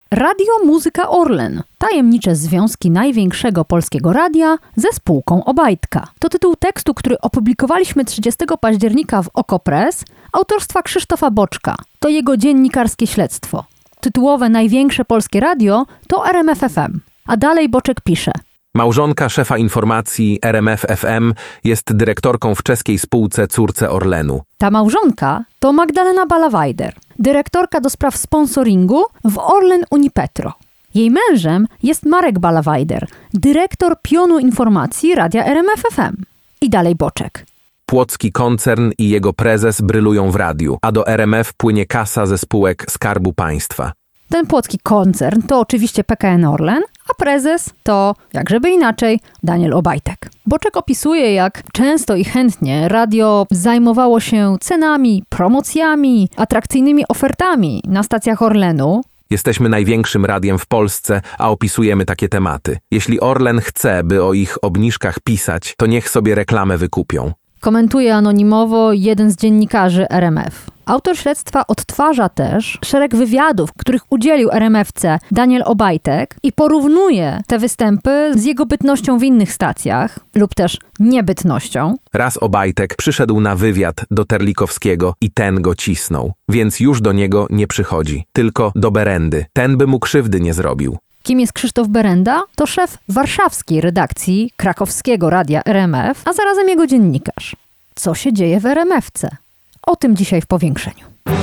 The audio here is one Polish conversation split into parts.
Radio Muzyka Orlen. Tajemnicze związki największego polskiego radia ze spółką Obajtka. To tytuł tekstu, który opublikowaliśmy 30 października w Okopres, autorstwa Krzysztofa Boczka. To jego dziennikarskie śledztwo. Tytułowe największe polskie radio to RMF FM. A dalej Boczek pisze. Małżonka szefa informacji RMF FM jest dyrektorką w czeskiej spółce córce Orlenu. Ta małżonka to Magdalena Ballawajder, dyrektorka do spraw sponsoringu w Orlen Unipetro. Jej mężem jest Marek Ballawajder, dyrektor pionu informacji radia RMF FM. I dalej Boczek. Płocki koncern i jego prezes brylują w radiu, a do RMF płynie kasa ze spółek Skarbu Państwa. Ten płocki koncern to oczywiście PKN Orlen, a prezes to, jakżeby inaczej, Daniel Obajtek. Boczek opisuje, jak często i chętnie radio zajmowało się cenami, promocjami, atrakcyjnymi ofertami na stacjach Orlenu. Jesteśmy największym radiem w Polsce, a opisujemy takie tematy. Jeśli Orlen chce, by o ich obniżkach pisać, to niech sobie reklamę wykupią. Komentuje anonimowo jeden z dziennikarzy RMF. Autor śledztwa odtwarza też szereg wywiadów, których udzielił RMF-ce Daniel Obajtek i porównuje te występy z jego bytnością w innych stacjach lub też niebytnością. Raz Obajtek przyszedł na wywiad do Terlikowskiego i ten go cisnął, więc już do niego nie przychodzi, tylko do Berendy. Ten by mu krzywdy nie zrobił. Kim jest Krzysztof Berenda? To szef warszawskiej redakcji krakowskiego radia RMF, a zarazem jego dziennikarz. Co się dzieje w RMF-ce? O tym dzisiaj w powiększeniu.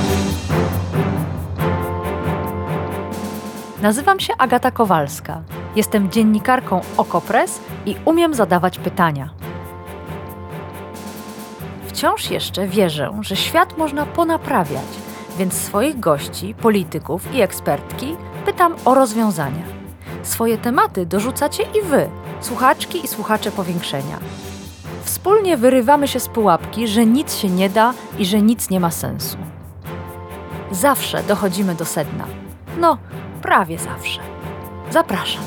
Nazywam się Agata Kowalska. Jestem dziennikarką Okopres i umiem zadawać pytania. Wciąż jeszcze wierzę, że świat można ponaprawiać, więc swoich gości, polityków i ekspertki pytam o rozwiązania. Swoje tematy dorzucacie i wy, słuchaczki i słuchacze powiększenia. Wspólnie wyrywamy się z pułapki, że nic się nie da i że nic nie ma sensu. Zawsze dochodzimy do sedna. No, prawie zawsze. Zapraszam.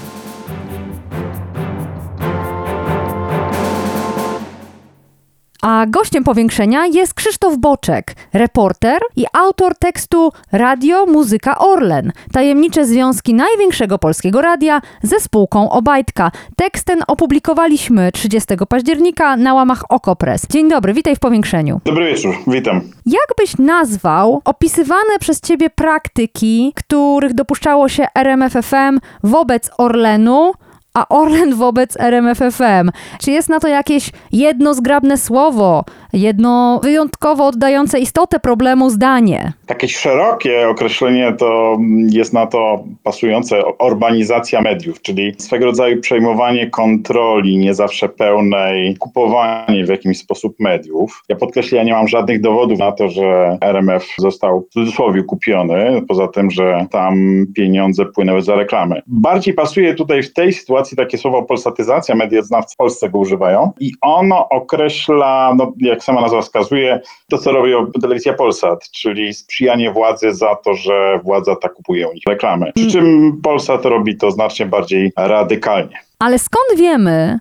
A gościem powiększenia jest Krzysztof Boczek, reporter i autor tekstu Radio Muzyka Orlen. Tajemnicze związki największego polskiego radia ze spółką Obajtka. Tekst ten opublikowaliśmy 30 października na łamach Okopres. Dzień dobry, witaj w powiększeniu. Dobry wieczór, witam. Jak byś nazwał opisywane przez ciebie praktyki, których dopuszczało się RMF FM wobec Orlenu, a Orlen wobec RMF FM? Czy jest na to jakieś jedno zgrabne słowo, jedno wyjątkowo oddające istotę problemu zdanie? Takie szerokie określenie to jest na to pasujące urbanizacja mediów, czyli swego rodzaju przejmowanie kontroli, nie zawsze pełnej, kupowanie w jakiś sposób mediów. Ja podkreślę, ja nie mam żadnych dowodów na to, że RMF został w cudzysłowie kupiony, poza tym, że tam pieniądze płynęły za reklamy. Bardziej pasuje tutaj w tej sytuacji takie słowo polsatyzacja, medioznawcy w Polsce go używają i ono określa, jak sama nazwa wskazuje, to co robi telewizja Polsat, czyli sprzyjanie władzy za to, że władza ta kupuje u nich reklamy. Przy czym Polsat robi to znacznie bardziej radykalnie. Ale skąd wiemy,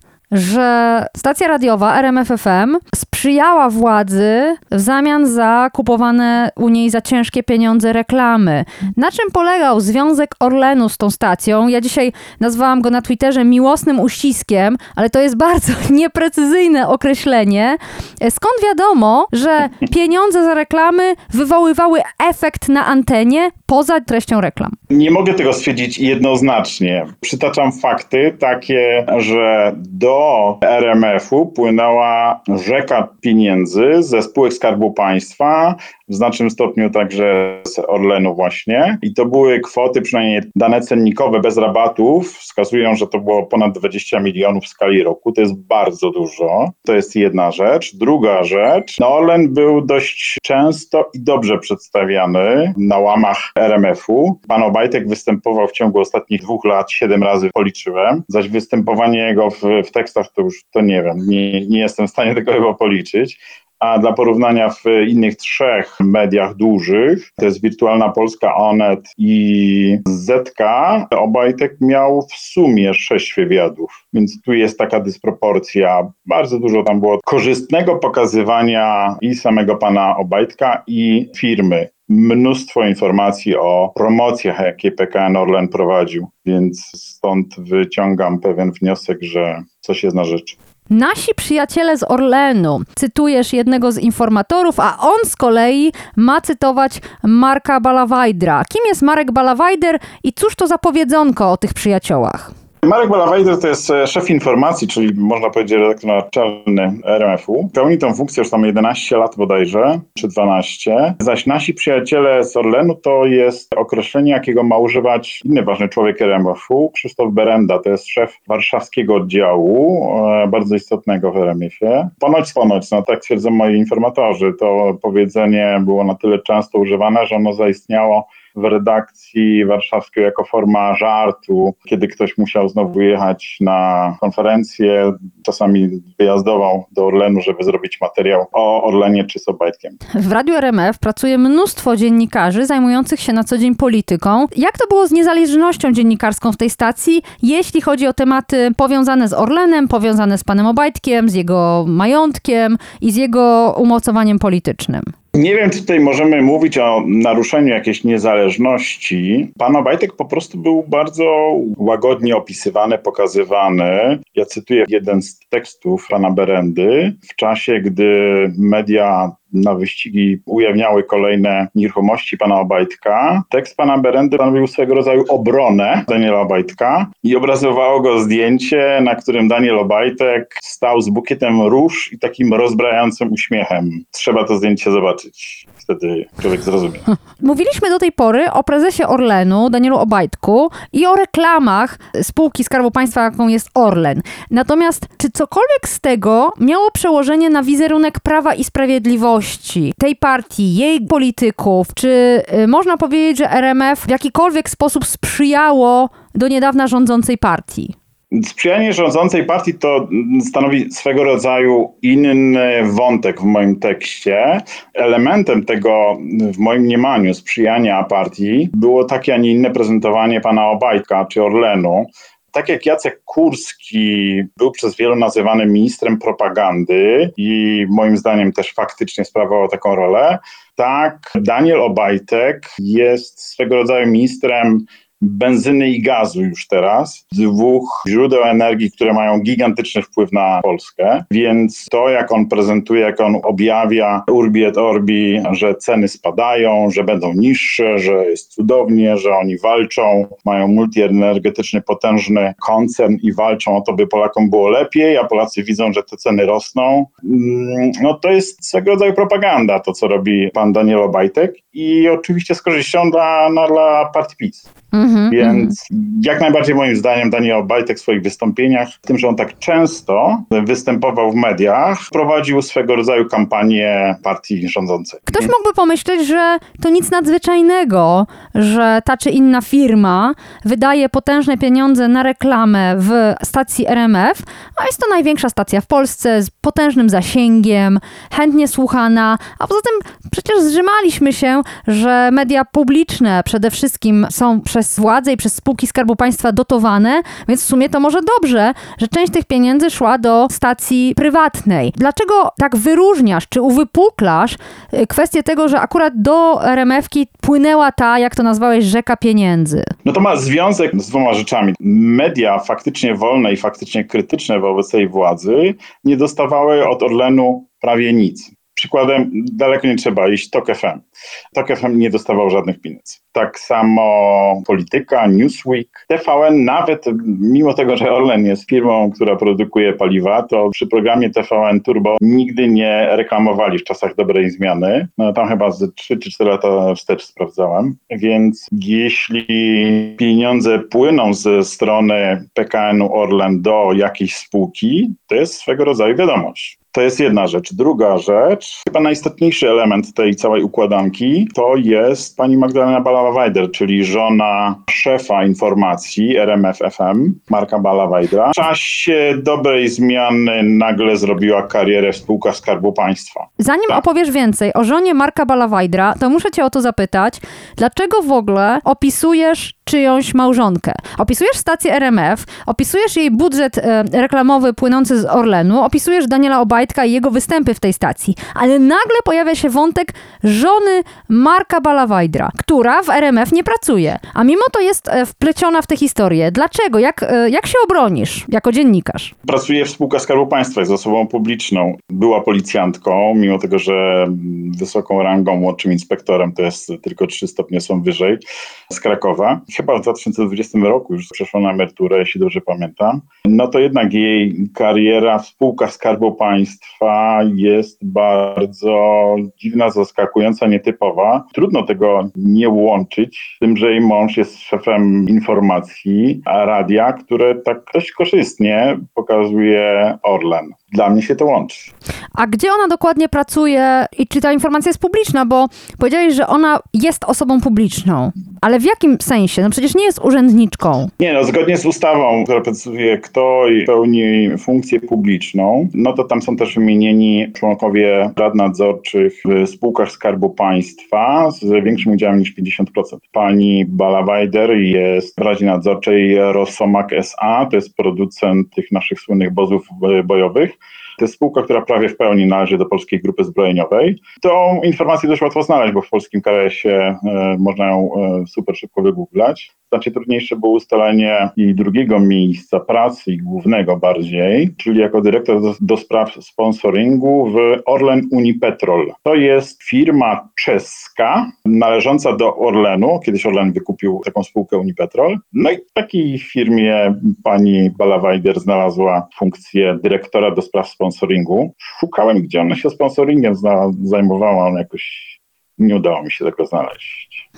że stacja radiowa RMF FM sprzyjała władzy w zamian za kupowane u niej za ciężkie pieniądze reklamy? Na czym polegał związek Orlenu z tą stacją? Ja dzisiaj nazwałam go na Twitterze miłosnym uściskiem, ale to jest bardzo nieprecyzyjne określenie. Skąd wiadomo, że pieniądze za reklamy wywoływały efekt na antenie poza treścią reklam? Nie mogę tego stwierdzić jednoznacznie. Przytaczam fakty takie, że do RMF-u płynęła rzeka pieniędzy ze spółek Skarbu Państwa, w znacznym stopniu także z Orlenu właśnie. I to były kwoty, przynajmniej dane cennikowe bez rabatów, wskazują, że to było ponad 20 milionów w skali roku. To jest bardzo dużo. To jest jedna rzecz. Druga rzecz, Orlen był dość często i dobrze przedstawiany na łamach RMF-u. Pan Obajtek występował w ciągu ostatnich 2 lat 7 razy, policzyłem. Zaś występowanie jego w tekstach to już, to nie wiem, nie jestem w stanie tego chyba policzyć. A dla porównania w innych 3 mediach dużych, to jest Wirtualna Polska, Onet i ZK, Obajtek miał w sumie 6 wywiadów. Więc tu jest taka dysproporcja. Bardzo dużo tam było korzystnego pokazywania i samego pana Obajtka i firmy mnóstwo informacji o promocjach, jakie PKN Orlen prowadził, więc stąd wyciągam pewien wniosek, że coś jest na rzeczy. Nasi przyjaciele z Orlenu, cytujesz jednego z informatorów, a on z kolei ma cytować Marka Balawajdra. Kim jest Marek Balawajder i cóż to za powiedzonko o tych przyjaciołach? Marek Balawajder to jest szef informacji, czyli można powiedzieć redaktor naczelny RMF-u. Pełni tę funkcję już tam 11 lat bodajże, czy 12. Zaś nasi przyjaciele z Orlenu to jest określenie, jakiego ma używać inny ważny człowiek RMF-u, Krzysztof Berenda, to jest szef warszawskiego oddziału, bardzo istotnego w RMF-ie. Ponoć, tak twierdzą moi informatorzy, to powiedzenie było na tyle często używane, że ono zaistniało w redakcji warszawskiej jako forma żartu, kiedy ktoś musiał znowu jechać na konferencję, czasami wyjazdował do Orlenu, żeby zrobić materiał o Orlenie czy z Obajtkiem. W Radiu RMF pracuje mnóstwo dziennikarzy zajmujących się na co dzień polityką. Jak to było z niezależnością dziennikarską w tej stacji, jeśli chodzi o tematy powiązane z Orlenem, powiązane z panem Obajtkiem, z jego majątkiem i z jego umocowaniem politycznym? Nie wiem, czy tutaj możemy mówić o naruszeniu jakiejś niezależności. Pan Obajtek po prostu był bardzo łagodnie opisywany, pokazywany. Ja cytuję jeden z tekstów pana Berendy. W czasie, gdy media na wyścigi ujawniały kolejne nieruchomości pana Obajtka, tekst pana Berendy stanowił swego rodzaju obronę Daniela Obajtka i obrazowało go zdjęcie, na którym Daniel Obajtek stał z bukietem róż i takim rozbrajającym uśmiechem. Trzeba to zdjęcie zobaczyć. Wtedy człowiek zrozumie. Mówiliśmy do tej pory o prezesie Orlenu, Danielu Obajtku i o reklamach spółki Skarbu Państwa, jaką jest Orlen. Natomiast czy cokolwiek z tego miało przełożenie na wizerunek Prawa i Sprawiedliwości, tej partii, jej polityków? Czy można powiedzieć, że RMF w jakikolwiek sposób sprzyjało do niedawna rządzącej partii? Sprzyjanie rządzącej partii to stanowi swego rodzaju inny wątek w moim tekście. Elementem tego, w moim mniemaniu, sprzyjania partii było takie, a nie inne prezentowanie pana Obajtka czy Orlenu. Tak jak Jacek Kurski był przez wielu nazywany ministrem propagandy i moim zdaniem też faktycznie sprawował taką rolę, tak Daniel Obajtek jest swego rodzaju ministrem benzyny i gazu już teraz, dwóch źródeł energii, które mają gigantyczny wpływ na Polskę, więc to jak on prezentuje, jak on objawia urbi et orbi, że ceny spadają, że będą niższe, że jest cudownie, że oni walczą, mają multienergetyczny, potężny koncern i walczą o to, by Polakom było lepiej, a Polacy widzą, że te ceny rosną. No to jest swego rodzaju propaganda, to co robi pan Daniel Obajtek i oczywiście z korzyścią dla partii PiS. Więc jak najbardziej moim zdaniem Daniel Obajtek w swoich wystąpieniach, w tym, że on tak często występował w mediach, prowadził swego rodzaju kampanię partii rządzącej. Ktoś mógłby pomyśleć, że to nic nadzwyczajnego, że ta czy inna firma wydaje potężne pieniądze na reklamę w stacji RMF, a jest to największa stacja w Polsce z potężnym zasięgiem, chętnie słuchana, a poza tym przecież zrzymaliśmy się, że media publiczne przede wszystkim są przez władzę i przez spółki Skarbu Państwa dotowane, więc w sumie to może dobrze, że część tych pieniędzy szła do stacji prywatnej. Dlaczego tak wyróżniasz, czy uwypuklasz kwestię tego, że akurat do RMF-ki płynęła ta, jak to nazwałeś, rzeka pieniędzy? No to ma związek z dwoma rzeczami. Media faktycznie wolne i faktycznie krytyczne wobec tej władzy nie dostawały od Orlenu prawie nic. Przykładem daleko nie trzeba iść, TOK FM. TOK FM nie dostawał żadnych pieniędzy. Tak samo Polityka, Newsweek, TVN, nawet mimo tego, że Orlen jest firmą, która produkuje paliwa, to przy programie TVN Turbo nigdy nie reklamowali w czasach dobrej zmiany. No tam chyba z 3 czy 4 lata wstecz sprawdzałem. Więc jeśli pieniądze płyną ze strony PKN-u Orlen do jakiejś spółki, to jest swego rodzaju wiadomość. To jest jedna rzecz. Druga rzecz, chyba najistotniejszy element tej całej układanki, to jest pani Magdalena Balawajdra, czyli żona szefa informacji RMF FM, Marka Balawajdra. W czasie dobrej zmiany nagle zrobiła karierę w spółkach Skarbu Państwa. Zanim opowiesz więcej o żonie Marka Balawajdra, to muszę cię o to zapytać, dlaczego w ogóle opisujesz czyjąś małżonkę. Opisujesz stację RMF, opisujesz jej budżet reklamowy płynący z Orlenu, opisujesz Daniela Obajtka i jego występy w tej stacji, ale nagle pojawia się wątek żony Marka Balawajdra, która w RMF nie pracuje, a mimo to jest wpleciona w tę historię. Dlaczego? Jak się obronisz jako dziennikarz? Pracuje w spółkach Skarbu Państwa, jest osobą publiczną. Była policjantką, mimo tego, że wysoką rangą, młodszym inspektorem, to jest tylko 3 stopnie są wyżej, z Krakowa. Chyba w 2020 roku już przeszła na emeryturę, jeśli dobrze pamiętam. No to jednak jej kariera w spółkach Skarbu Państwa jest bardzo dziwna, zaskakująca, nietypowa. Trudno tego nie łączyć z tym, że jej mąż jest szefem informacji, a radia, które tak dość korzystnie pokazuje Orlen. Dla mnie się to łączy. A gdzie ona dokładnie pracuje i czy ta informacja jest publiczna? Bo powiedziałeś, że ona jest osobą publiczną. Ale w jakim sensie? No przecież nie jest urzędniczką. Nie, no zgodnie z ustawą, która precyzuje, kto pełni funkcję publiczną, no to tam są też wymienieni członkowie rad nadzorczych w spółkach Skarbu Państwa z większym udziałem niż 50%. Pani Balawajder jest w Radzie Nadzorczej Rosomak S.A., to jest producent tych naszych słynnych bozów bojowych. To jest spółka, która prawie w pełni należy do Polskiej Grupy Zbrojeniowej. Tą informację dość łatwo znaleźć, bo w polskim KRS-ie można ją super szybko wygooglać. Znacznie trudniejsze było ustalenie jej drugiego miejsca pracy i głównego bardziej, czyli jako dyrektor do spraw sponsoringu w Orlen Unipetrol. To jest firma czeska należąca do Orlenu. Kiedyś Orlen wykupił taką spółkę Unipetrol. No i w takiej firmie pani Balawajder znalazła funkcję dyrektora do spraw sponsoringu. Szukałem, gdzie ona się sponsoringiem zajmowała, ale jakoś nie udało mi się tego znaleźć.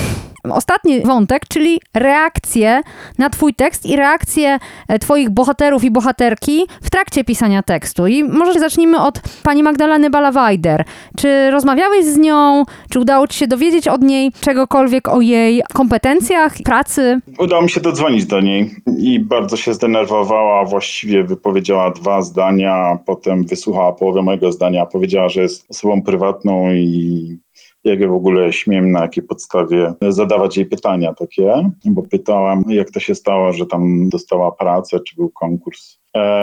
Ostatni wątek, czyli reakcje na twój tekst i reakcje twoich bohaterów i bohaterki w trakcie pisania tekstu. I może zacznijmy od pani Magdaleny Balawajder. Czy rozmawiałeś z nią? Czy udało ci się dowiedzieć od niej czegokolwiek o jej kompetencjach, pracy? Udało mi się dodzwonić do niej i bardzo się zdenerwowała. Właściwie wypowiedziała 2 zdania, potem wysłuchała połowę mojego zdania. Powiedziała, że jest osobą prywatną i jak ja w ogóle śmiem na jakiej podstawie zadawać jej pytania takie, bo pytałam, jak to się stało, że tam dostała pracę, czy był konkurs.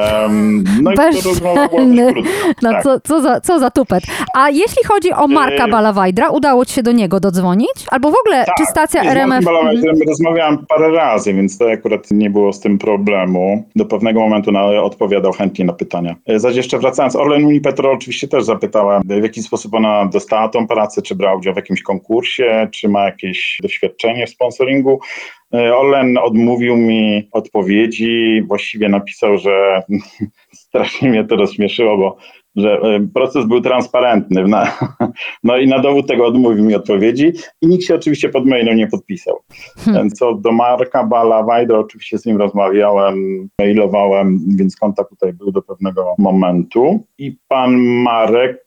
No i to rozmowa była dość krótka. No tak. co za tupet. A jeśli chodzi o Marka Balawajdra, udało ci się do niego dodzwonić? Albo w ogóle, Tak, czy stacja z RMF... Markiem Balawajderem rozmawiałam parę razy, więc to akurat nie było z tym problemu. Do pewnego momentu odpowiadał chętnie na pytania. Zaś jeszcze wracając, Orlen Unipetrol oczywiście też zapytałam, w jaki sposób ona dostała tą pracę, czy brała udział w jakimś konkursie, czy ma jakieś doświadczenie w sponsoringu. Orlen odmówił mi odpowiedzi, właściwie napisał, że strasznie mnie to rozśmieszyło, bo że proces był transparentny. No i na dowód tego odmówił mi odpowiedzi i nikt się oczywiście pod mailem nie podpisał. Co do Marka Balawajdra, oczywiście z nim rozmawiałem, mailowałem, więc kontakt tutaj był do pewnego momentu. I pan Marek,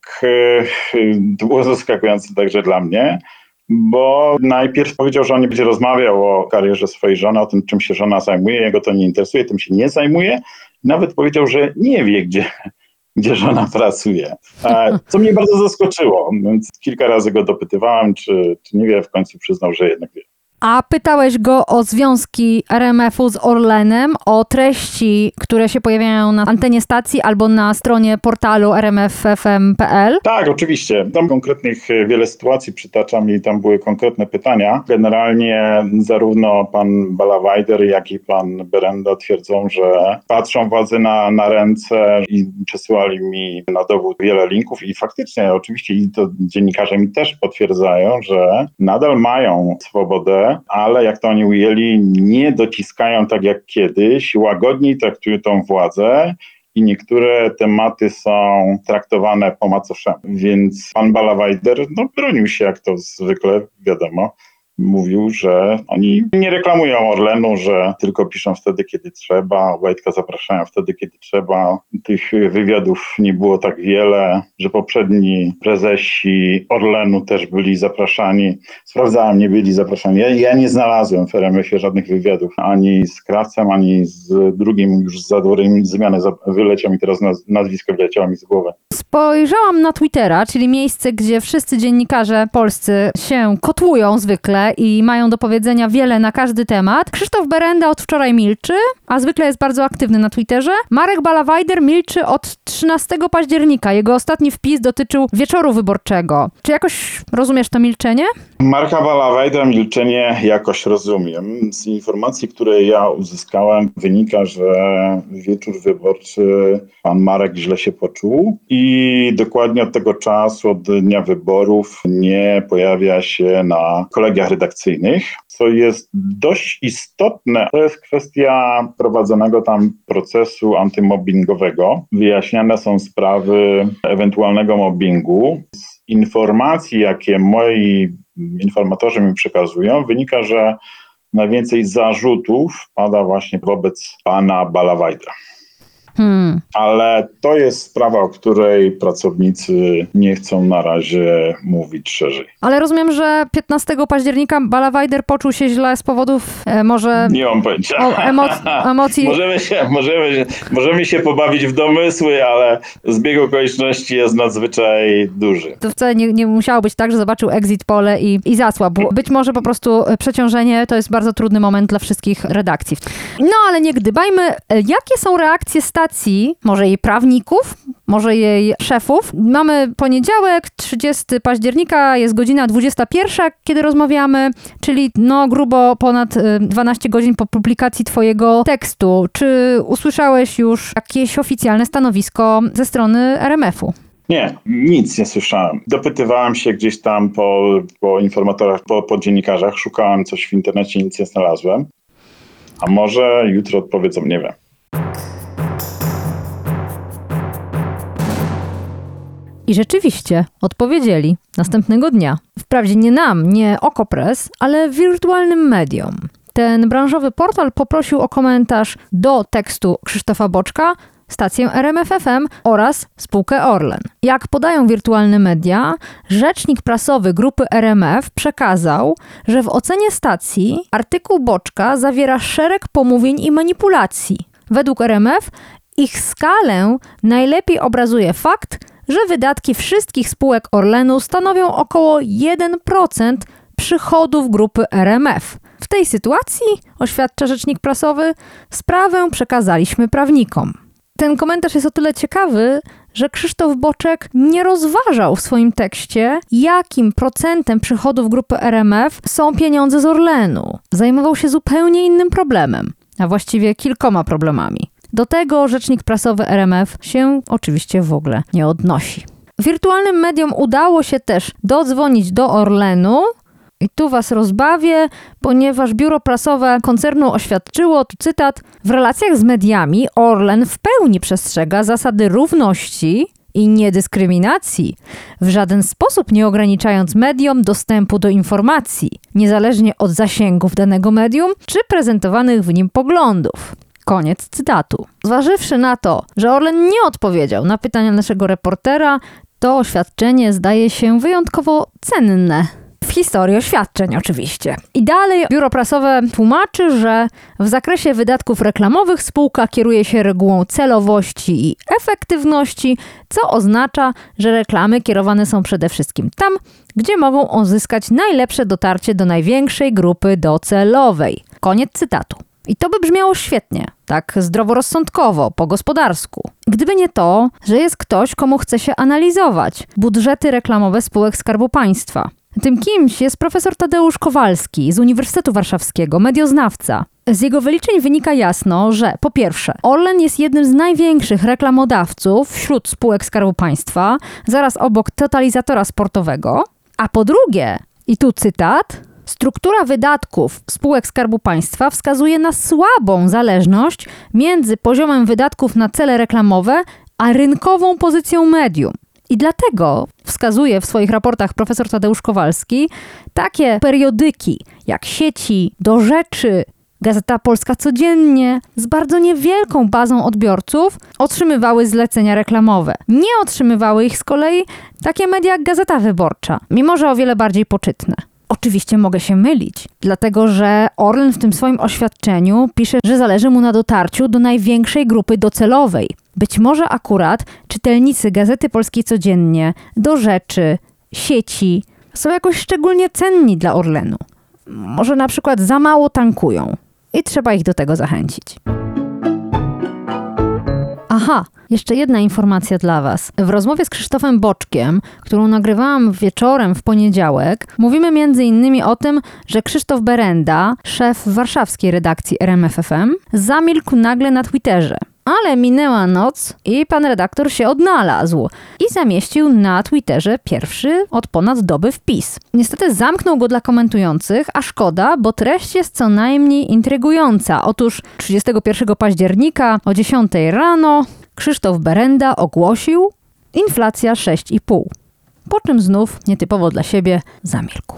to było zaskakujące także dla mnie, bo najpierw powiedział, że on nie będzie rozmawiał o karierze swojej żony, o tym, czym się żona zajmuje, jego to nie interesuje, tym się nie zajmuje. Nawet powiedział, że nie wie, gdzie żona pracuje. Co mnie bardzo zaskoczyło, więc kilka razy go dopytywałem, czy nie wie, w końcu przyznał, że jednak wie. A pytałeś go o związki RMF-u z Orlenem, o treści, które się pojawiają na antenie stacji albo na stronie portalu rmf.fm.pl? Tak, oczywiście. Tam konkretnych wiele sytuacji przytaczam i tam były konkretne pytania. Generalnie zarówno pan Balawajder, jak i pan Berenda twierdzą, że patrzą władzy na ręce i przesyłali mi na dowód wiele linków i faktycznie oczywiście i to dziennikarze mi też potwierdzają, że nadal mają swobodę, ale jak to oni ujęli, nie dociskają tak jak kiedyś, łagodniej traktują tą władzę i niektóre tematy są traktowane po macoszemu. Więc pan Balawajder bronił się, jak to zwykle, wiadomo. Mówił, że oni nie reklamują Orlenu, że tylko piszą wtedy, kiedy trzeba, Obajtka zapraszają wtedy, kiedy trzeba. Tych wywiadów nie było tak wiele, że poprzedni prezesi Orlenu też byli zapraszani. Sprawdzałem, nie byli zapraszani. Ja nie znalazłem w RMF-ie żadnych wywiadów, ani z Krawcem, ani z drugim już z Zadworem. Zmiany wyleciał mi teraz, nazwisko wyleciało mi z głowy. Spojrzałam na Twittera, czyli miejsce, gdzie wszyscy dziennikarze polscy się kotłują zwykle wiele i mają do powiedzenia wiele na każdy temat. Krzysztof Berenda od wczoraj milczy, a zwykle jest bardzo aktywny na Twitterze. Marek Ballawajder milczy od 13 października. Jego ostatni wpis dotyczył wieczoru wyborczego. Czy jakoś rozumiesz to milczenie? Marka Ballawajdera milczenie jakoś rozumiem. Z informacji, które ja uzyskałem, wynika, że wieczór wyborczy pan Marek źle się poczuł i dokładnie od tego czasu, od dnia wyborów nie pojawia się na kolegiach redakcyjnych, co jest dość istotne. To jest kwestia prowadzonego tam procesu antymobbingowego. Wyjaśniane są sprawy ewentualnego mobbingu. Z informacji, jakie moi informatorzy mi przekazują, wynika, że najwięcej zarzutów pada właśnie wobec pana Ballawajdera. Ale to jest sprawa, o której pracownicy nie chcą na razie mówić szerzej. Ale rozumiem, że 15 października Ballawajder poczuł się źle z powodów może... Nie mam pojęcia. Emocji. Możemy się pobawić w domysły, ale zbieg okoliczności jest nadzwyczaj duży. To wcale nie musiało być tak, że zobaczył exit pole i zasłabł. Być może po prostu przeciążenie to jest bardzo trudny moment dla wszystkich redakcji. No ale nie gdybajmy. Jakie są reakcje stacji, może jej prawników, może jej szefów? Mamy poniedziałek, 30 października, jest godzina 21, kiedy rozmawiamy, czyli grubo ponad 12 godzin po publikacji twojego tekstu. Czy usłyszałeś już jakieś oficjalne stanowisko ze strony RMF-u? Nie, nic nie słyszałem. Dopytywałem się gdzieś tam po informatorach, po dziennikarzach, szukałem coś w internecie, nic nie znalazłem. A może jutro odpowiedzą, nie wiem. I rzeczywiście odpowiedzieli następnego dnia. Wprawdzie nie nam, nie Okopres, ale wirtualnym mediom. Ten branżowy portal poprosił o komentarz do tekstu Krzysztofa Boczka, stację RMF FM oraz spółkę Orlen. Jak podają wirtualne media, rzecznik prasowy grupy RMF przekazał, że w ocenie stacji artykuł Boczka zawiera szereg pomówień i manipulacji. Według RMF ich skalę najlepiej obrazuje fakt, że wydatki wszystkich spółek Orlenu stanowią około 1% przychodów grupy RMF. W tej sytuacji, oświadcza rzecznik prasowy, sprawę przekazaliśmy prawnikom. Ten komentarz jest o tyle ciekawy, że Krzysztof Boczek nie rozważał w swoim tekście, jakim procentem przychodów grupy RMF są pieniądze z Orlenu. Zajmował się zupełnie innym problemem, a właściwie kilkoma problemami. Do tego rzecznik prasowy RMF się oczywiście w ogóle nie odnosi. Wirtualnym mediom udało się też dodzwonić do Orlenu i tu was rozbawię, ponieważ biuro prasowe koncernu oświadczyło, tu cytat, w relacjach z mediami Orlen w pełni przestrzega zasady równości i niedyskryminacji, w żaden sposób nie ograniczając mediom dostępu do informacji, niezależnie od zasięgów danego medium czy prezentowanych w nim poglądów. Koniec cytatu. Zważywszy na to, że Orlen nie odpowiedział na pytania naszego reportera, to oświadczenie zdaje się wyjątkowo cenne. W historii oświadczeń oczywiście. I dalej biuro prasowe tłumaczy, że w zakresie wydatków reklamowych spółka kieruje się regułą celowości i efektywności, co oznacza, że reklamy kierowane są przede wszystkim tam, gdzie mogą uzyskać najlepsze dotarcie do największej grupy docelowej. Koniec cytatu. I to by brzmiało świetnie, tak zdroworozsądkowo, po gospodarsku. Gdyby nie to, że jest ktoś, komu chce się analizować budżety reklamowe spółek Skarbu Państwa. Tym kimś jest profesor Tadeusz Kowalski z Uniwersytetu Warszawskiego, medioznawca. Z jego wyliczeń wynika jasno, że po pierwsze, Orlen jest jednym z największych reklamodawców wśród spółek Skarbu Państwa, zaraz obok totalizatora sportowego, a po drugie, i tu cytat, struktura wydatków spółek Skarbu Państwa wskazuje na słabą zależność między poziomem wydatków na cele reklamowe a rynkową pozycją medium. I dlatego wskazuje w swoich raportach profesor Tadeusz Kowalski takie periodyki jak Sieci, Do Rzeczy, Gazeta Polska Codziennie z bardzo niewielką bazą odbiorców otrzymywały zlecenia reklamowe. Nie otrzymywały ich z kolei takie media jak Gazeta Wyborcza, mimo że o wiele bardziej poczytne. Oczywiście mogę się mylić, dlatego że Orlen w tym swoim oświadczeniu pisze, że zależy mu na dotarciu do największej grupy docelowej. Być może akurat czytelnicy Gazety Polskiej Codziennie, Do Rzeczy, Sieci są jakoś szczególnie cenni dla Orlenu. może na przykład za mało tankują i trzeba ich do tego zachęcić. Aha, jeszcze jedna informacja dla Was. W rozmowie z Krzysztofem Boczkiem, którą nagrywałam wieczorem w poniedziałek, mówimy m.in. o tym, że Krzysztof Berenda, szef warszawskiej redakcji RMFFM, zamilkł nagle na Twitterze. Ale minęła noc i pan redaktor się odnalazł i zamieścił na Twitterze pierwszy od ponad doby wpis. Niestety zamknął go dla komentujących, a szkoda, bo treść jest co najmniej intrygująca. Otóż 31 października o 10 rano Krzysztof Berenda ogłosił inflacja 6,5. Po czym znów, nietypowo dla siebie, zamilkł.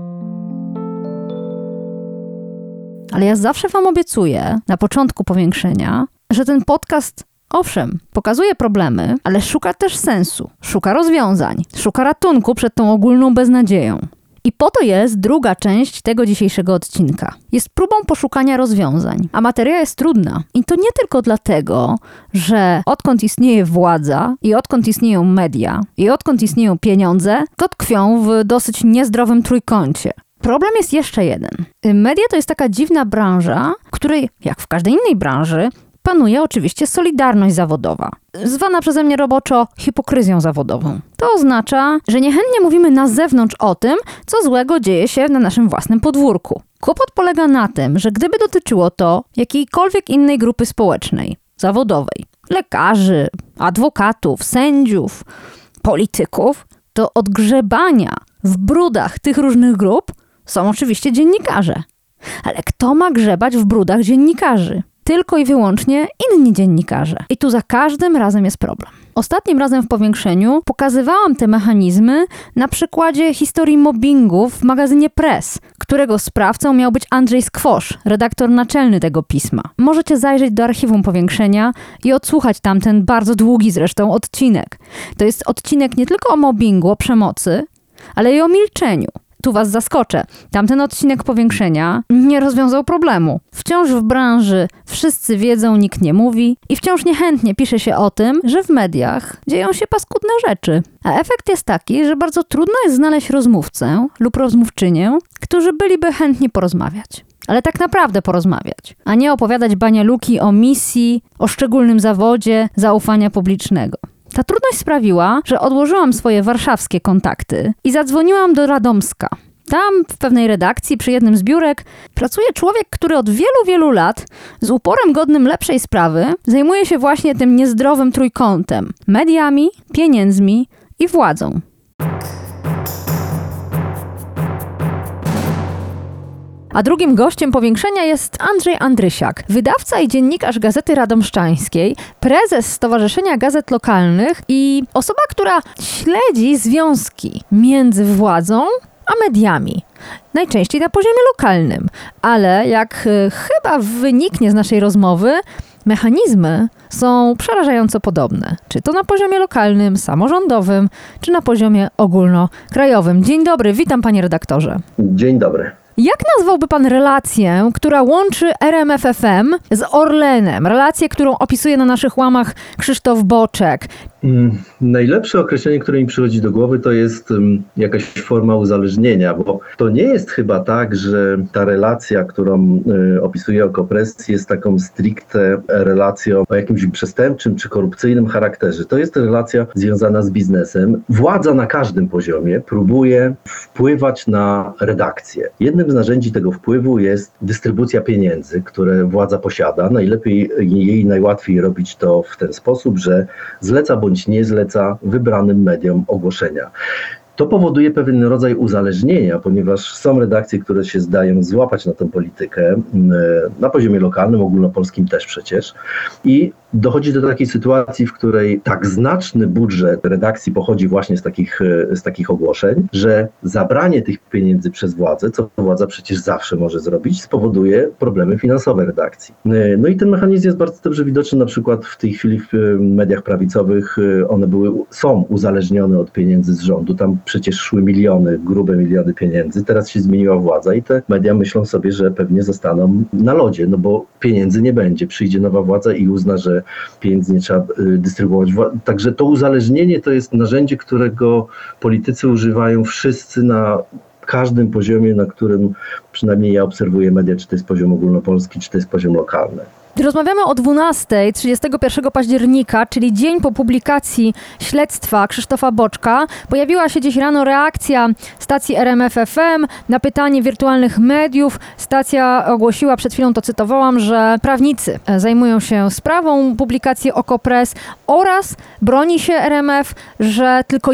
Ale ja zawsze wam obiecuję na początku powiększenia, że ten podcast, owszem, pokazuje problemy, ale szuka też sensu, szuka rozwiązań, szuka ratunku przed tą ogólną beznadzieją. I po to jest druga część tego dzisiejszego odcinka. Jest próbą poszukania rozwiązań, a materia jest trudna. I to nie tylko dlatego, że odkąd istnieje władza i odkąd istnieją media i odkąd istnieją pieniądze, to tkwią w dosyć niezdrowym trójkącie. Problem jest jeszcze jeden. Media to jest taka dziwna branża, w której, jak w każdej innej branży, panuje oczywiście solidarność zawodowa, zwana przeze mnie roboczo hipokryzją zawodową. To oznacza, że niechętnie mówimy na zewnątrz o tym, co złego dzieje się na naszym własnym podwórku. Kłopot polega na tym, że gdyby dotyczyło to jakiejkolwiek innej grupy społecznej, zawodowej, lekarzy, adwokatów, sędziów, polityków, to od grzebania w brudach tych różnych grup są oczywiście dziennikarze. Ale kto ma grzebać w brudach dziennikarzy? Tylko i wyłącznie inni dziennikarze. I tu za każdym razem jest problem. Ostatnim razem w powiększeniu pokazywałam te mechanizmy na przykładzie historii mobbingu w magazynie Press, którego sprawcą miał być Andrzej Skwosz, redaktor naczelny tego pisma. Możecie zajrzeć do archiwum powiększenia i odsłuchać tamten bardzo długi zresztą odcinek. To jest odcinek nie tylko o mobbingu, o przemocy, ale i o milczeniu. Tu was zaskoczę. Tamten odcinek powiększenia nie rozwiązał problemu. Wciąż w branży wszyscy wiedzą, nikt nie mówi i wciąż niechętnie pisze się o tym, że w mediach dzieją się paskudne rzeczy. A efekt jest taki, że bardzo trudno jest znaleźć rozmówcę lub rozmówczynię, którzy byliby chętni porozmawiać. Ale tak naprawdę porozmawiać, a nie opowiadać banialuki o misji, o szczególnym zawodzie zaufania publicznego. Ta trudność sprawiła, że odłożyłam swoje warszawskie kontakty i zadzwoniłam do Radomska. Tam, w pewnej redakcji, przy jednym z biurek, pracuje człowiek, który od wielu, wielu lat, z uporem godnym lepszej sprawy, zajmuje się właśnie tym niezdrowym trójkątem – mediami, pieniędzmi i władzą. A drugim gościem powiększenia jest Andrzej Andrysiak, wydawca i dziennikarz Gazety Radomszczańskiej, prezes Stowarzyszenia Gazet Lokalnych i osoba, która śledzi związki między władzą a mediami. Najczęściej na poziomie lokalnym, ale jak chyba wyniknie z naszej rozmowy, mechanizmy są przerażająco podobne. Czy to na poziomie lokalnym, samorządowym, czy na poziomie ogólnokrajowym. Dzień dobry, witam panie redaktorze. Dzień dobry. Jak nazwałby pan relację, która łączy RMFFM z Orlenem? Relację, którą opisuje na naszych łamach Krzysztof Boczek. Najlepsze określenie, które mi przychodzi do głowy, to jest jakaś forma uzależnienia, bo to nie jest chyba tak, że ta relacja, którą opisuje Okopres, jest taką stricte relacją o jakimś przestępczym czy korupcyjnym charakterze. To jest relacja związana z biznesem. Władza na każdym poziomie próbuje wpływać na redakcję. Jednym z narzędzi tego wpływu jest dystrybucja pieniędzy, które władza posiada. Najlepiej jej najłatwiej robić to w ten sposób, że zleca bądź nie zleca wybranym mediom ogłoszenia. To powoduje pewien rodzaj uzależnienia, ponieważ są redakcje, które się zdają złapać na tę politykę, na poziomie lokalnym, ogólnopolskim też przecież. I dochodzi do takiej sytuacji, w której tak znaczny budżet redakcji pochodzi właśnie z takich ogłoszeń, że zabranie tych pieniędzy przez władzę, co władza przecież zawsze może zrobić, spowoduje problemy finansowe redakcji. No i ten mechanizm jest bardzo dobrze widoczny na przykład w tej chwili w mediach prawicowych. One są uzależnione od pieniędzy z rządu. Tam przecież szły grube miliony pieniędzy. Teraz się zmieniła władza i te media myślą sobie, że pewnie zostaną na lodzie, no bo pieniędzy nie będzie. Przyjdzie nowa władza i uzna, że pieniędzy nie trzeba dystrybuować. Także to uzależnienie to jest narzędzie, którego politycy używają wszyscy na każdym poziomie, na którym przynajmniej ja obserwuję media, czy to jest poziom ogólnopolski, czy to jest poziom lokalny. Rozmawiamy o 12:00 31 października, czyli dzień po publikacji śledztwa Krzysztofa Boczka. Pojawiła się dziś rano reakcja stacji RMF FM na pytanie wirtualnych mediów. Stacja ogłosiła, przed chwilą to cytowałam, że prawnicy zajmują się sprawą publikacji Okopres oraz broni się RMF, że tylko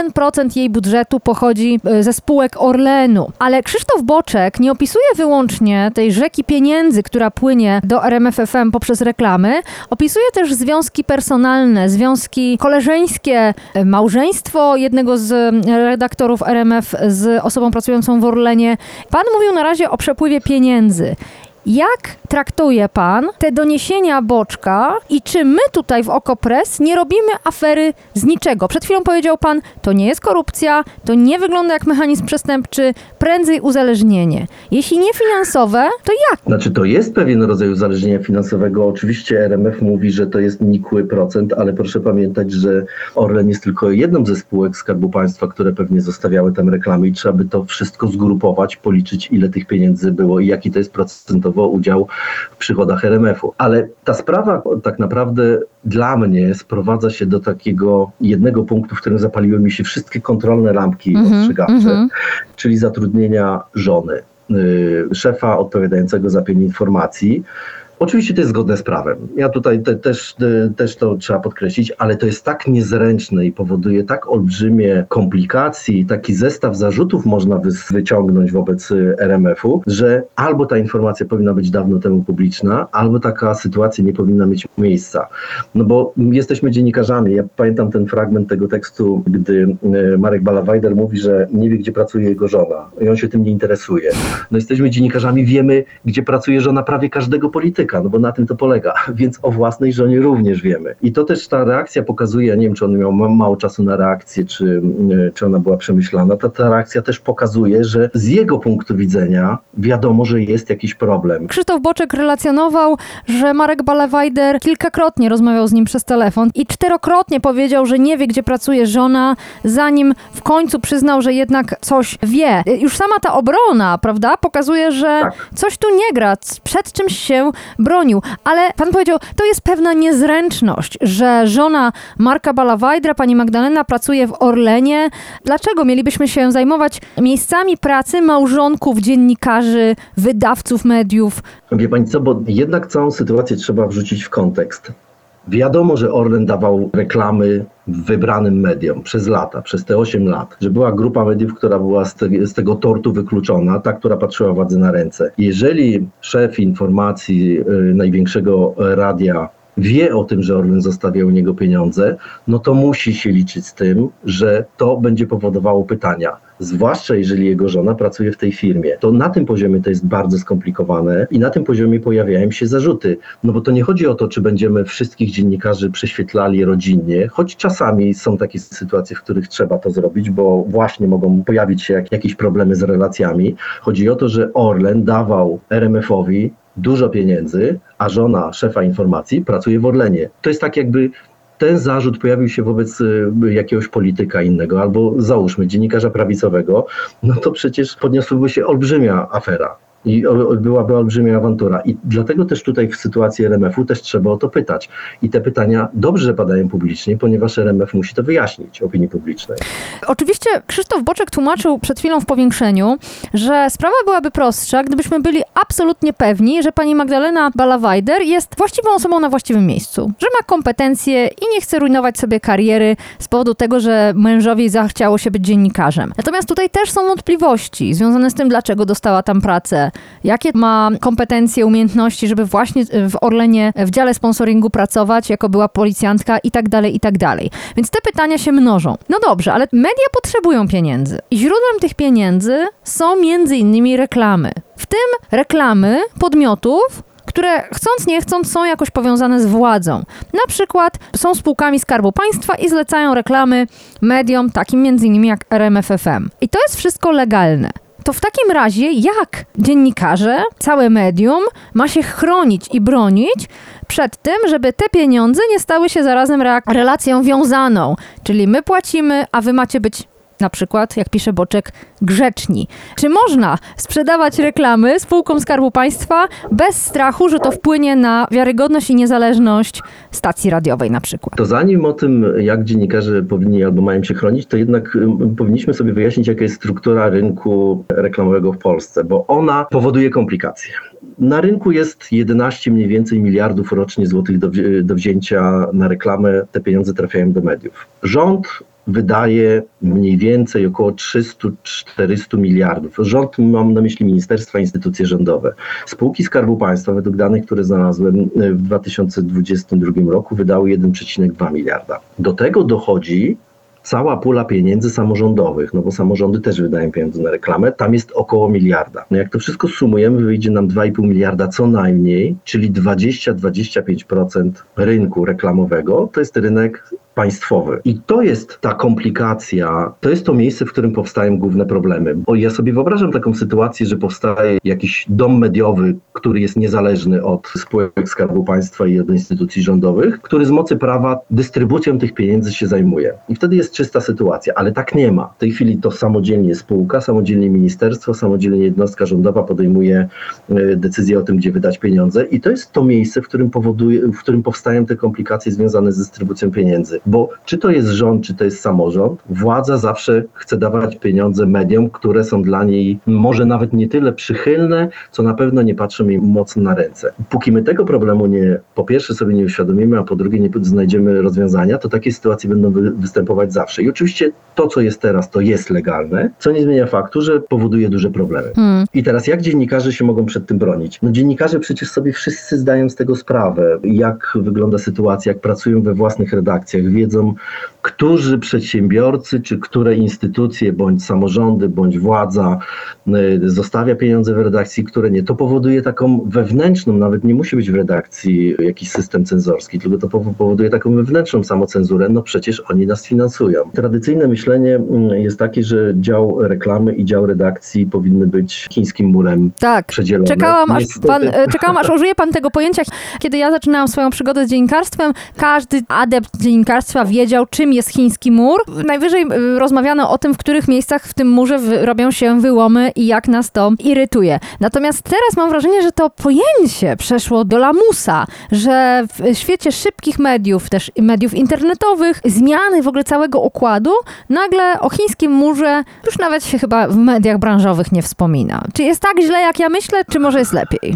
1% jej budżetu pochodzi ze spółek Orlenu. Ale Krzysztof Boczek nie opisuje wyłącznie tej rzeki pieniędzy, która płynie do RMF FM poprzez reklamy. Opisuje też związki personalne, związki koleżeńskie, małżeństwo jednego z redaktorów RMF z osobą pracującą w Orlenie. Pan mówił na razie o przepływie pieniędzy. Jak traktuje pan te doniesienia Boczka i czy my tutaj w Okopres nie robimy afery z niczego? Przed chwilą powiedział pan, to nie jest korupcja, to nie wygląda jak mechanizm przestępczy, prędzej uzależnienie. Jeśli nie finansowe, to jak? Znaczy to jest pewien rodzaj uzależnienia finansowego. Oczywiście RMF mówi, że to jest nikły procent, ale proszę pamiętać, że Orlen jest tylko jedną ze spółek Skarbu Państwa, które pewnie zostawiały tam reklamy i trzeba by to wszystko zgrupować, policzyć ile tych pieniędzy było i jaki to jest procentowo udział w przychodach RMF-u. Ale ta sprawa tak naprawdę dla mnie sprowadza się do takiego jednego punktu, w którym zapaliły mi się wszystkie kontrolne lampki ostrzegawcze, czyli zatrudnienia żony, szefa odpowiadającego za pień informacji. Oczywiście to jest zgodne z prawem. Ja tutaj też to trzeba podkreślić, ale to jest tak niezręczne i powoduje tak olbrzymie komplikacje, taki zestaw zarzutów można wyciągnąć wobec RMF-u, że albo ta informacja powinna być dawno temu publiczna, albo taka sytuacja nie powinna mieć miejsca. No bo jesteśmy dziennikarzami. Ja pamiętam ten fragment tego tekstu, gdy Marek Ballawajder mówi, że nie wie, gdzie pracuje jego żona i on się tym nie interesuje. No jesteśmy dziennikarzami, wiemy, gdzie pracuje żona prawie każdego polityka. No bo na tym to polega, więc o własnej żonie również wiemy. I to też ta reakcja pokazuje, ja nie wiem, czy on miał mało czasu na reakcję, czy ona była przemyślana, ta reakcja też pokazuje, że z jego punktu widzenia wiadomo, że jest jakiś problem. Krzysztof Boczek relacjonował, że Marek Ballawajder kilkakrotnie rozmawiał z nim przez telefon i 4-krotnie powiedział, że nie wie, gdzie pracuje żona, zanim w końcu przyznał, że jednak coś wie. Już sama ta obrona, prawda, pokazuje, że coś tu nie gra, przed czymś się bronił, ale pan powiedział, to jest pewna niezręczność, że żona Marka Ballawajdera, pani Magdalena, pracuje w Orlenie. Dlaczego mielibyśmy się zajmować miejscami pracy małżonków, dziennikarzy, wydawców mediów? Wie pani co, bo jednak całą sytuację trzeba wrzucić w kontekst. Wiadomo, że Orlen dawał reklamy wybranym mediom przez lata, przez te 8 lat, że była grupa mediów, która była z tego tortu wykluczona, ta, która patrzyła władzy na ręce. Jeżeli szef informacji największego radia wie o tym, że Orlen zostawia u niego pieniądze, no to musi się liczyć z tym, że to będzie powodowało pytania. Zwłaszcza jeżeli jego żona pracuje w tej firmie. To na tym poziomie to jest bardzo skomplikowane i na tym poziomie pojawiają się zarzuty. No bo to nie chodzi o to, czy będziemy wszystkich dziennikarzy prześwietlali rodzinnie, choć czasami są takie sytuacje, w których trzeba to zrobić, bo właśnie mogą pojawić się jakieś problemy z relacjami. Chodzi o to, że Orlen dawał RMF-owi dużo pieniędzy, a żona szefa informacji pracuje w Orlenie. To jest tak jakby ten zarzut pojawił się wobec jakiegoś polityka innego, albo załóżmy dziennikarza prawicowego, no to przecież podniosłaby się olbrzymia afera. I byłaby olbrzymia awantura. I dlatego też tutaj w sytuacji RMF-u też trzeba o to pytać. I te pytania dobrze padają publicznie, ponieważ RMF musi to wyjaśnić opinii publicznej. Oczywiście Krzysztof Boczek tłumaczył przed chwilą w powiększeniu, że sprawa byłaby prostsza, gdybyśmy byli absolutnie pewni, że pani Magdalena Ballawajder jest właściwą osobą na właściwym miejscu. Że ma kompetencje i nie chce rujnować sobie kariery z powodu tego, że mężowi zachciało się być dziennikarzem. Natomiast tutaj też są wątpliwości związane z tym, dlaczego dostała tam pracę, jakie ma kompetencje, umiejętności, żeby właśnie w Orlenie w dziale sponsoringu pracować, jako była policjantka i tak dalej, i tak dalej. Więc te pytania się mnożą. No dobrze, ale media potrzebują pieniędzy. I źródłem tych pieniędzy są między innymi reklamy. W tym reklamy podmiotów, które chcąc nie chcąc są jakoś powiązane z władzą. Na przykład są spółkami Skarbu Państwa i zlecają reklamy mediom takim między innymi jak RMF FM. I to jest wszystko legalne. To w takim razie jak dziennikarze, całe medium ma się chronić i bronić przed tym, żeby te pieniądze nie stały się zarazem relacją wiązaną. Czyli my płacimy, a wy macie być na przykład, jak pisze Boczek, grzeczni. Czy można sprzedawać reklamy spółkom Skarbu Państwa bez strachu, że to wpłynie na wiarygodność i niezależność stacji radiowej na przykład? To zanim o tym, jak dziennikarze powinni albo mają się chronić, to jednak powinniśmy sobie wyjaśnić, jaka jest struktura rynku reklamowego w Polsce, bo ona powoduje komplikacje. Na rynku jest 11 mniej więcej miliardów rocznie złotych do wzięcia na reklamę. Te pieniądze trafiają do mediów. Rząd wydaje mniej więcej około 300-400 miliardów. Rząd, mam na myśli ministerstwa, instytucje rządowe. Spółki Skarbu Państwa, według danych, które znalazłem w 2022 roku, wydały 1,2 miliarda. Do tego dochodzi cała pula pieniędzy samorządowych, no bo samorządy też wydają pieniądze na reklamę, tam jest około miliarda. No jak to wszystko sumujemy, wyjdzie nam 2,5 miliarda co najmniej, czyli 20-25% rynku reklamowego, to jest rynek państwowy. I to jest ta komplikacja, to jest to miejsce, w którym powstają główne problemy. Bo ja sobie wyobrażam taką sytuację, że powstaje jakiś dom mediowy, który jest niezależny od spółek Skarbu Państwa i od instytucji rządowych, który z mocy prawa dystrybucją tych pieniędzy się zajmuje. I wtedy jest czysta sytuacja, ale tak nie ma. W tej chwili to samodzielnie spółka, samodzielnie ministerstwo, samodzielnie jednostka rządowa podejmuje decyzję o tym, gdzie wydać pieniądze i to jest to miejsce, w którym powstają te komplikacje związane z dystrybucją pieniędzy. Bo czy to jest rząd, czy to jest samorząd, władza zawsze chce dawać pieniądze mediom, które są dla niej może nawet nie tyle przychylne, co na pewno nie patrzą jej mocno na ręce. Póki my tego problemu po pierwsze sobie nie uświadomimy, a po drugie nie znajdziemy rozwiązania, to takie sytuacje będą występować zawsze. I oczywiście to, co jest teraz, to jest legalne, co nie zmienia faktu, że powoduje duże problemy. I teraz jak dziennikarze się mogą przed tym bronić? No dziennikarze przecież sobie wszyscy zdają z tego sprawę, jak wygląda sytuacja, jak pracują we własnych redakcjach, wiedzą, którzy przedsiębiorcy, czy które instytucje, bądź samorządy, bądź władza zostawia pieniądze w redakcji, które nie. To powoduje taką wewnętrzną, nawet nie musi być w redakcji jakiś system cenzorski, tylko to powoduje taką wewnętrzną samocenzurę, no przecież oni nas finansują. Tradycyjne myślenie jest takie, że dział reklamy i dział redakcji powinny być chińskim murem przedzielone. Czekałam, aż użyje pan tego pojęcia. Kiedy ja zaczynałam swoją przygodę z dziennikarstwem, każdy adept dziennikarstwa wiedział, czym jest chiński mur. Najwyżej rozmawiano o tym, w których miejscach w tym murze robią się wyłomy i jak nas to irytuje. Natomiast teraz mam wrażenie, że to pojęcie przeszło do lamusa, że w świecie szybkich mediów, też mediów internetowych, zmiany w ogóle całego układu, nagle o chińskim murze już nawet się chyba w mediach branżowych nie wspomina. Czy jest tak źle, jak ja myślę, czy może jest lepiej?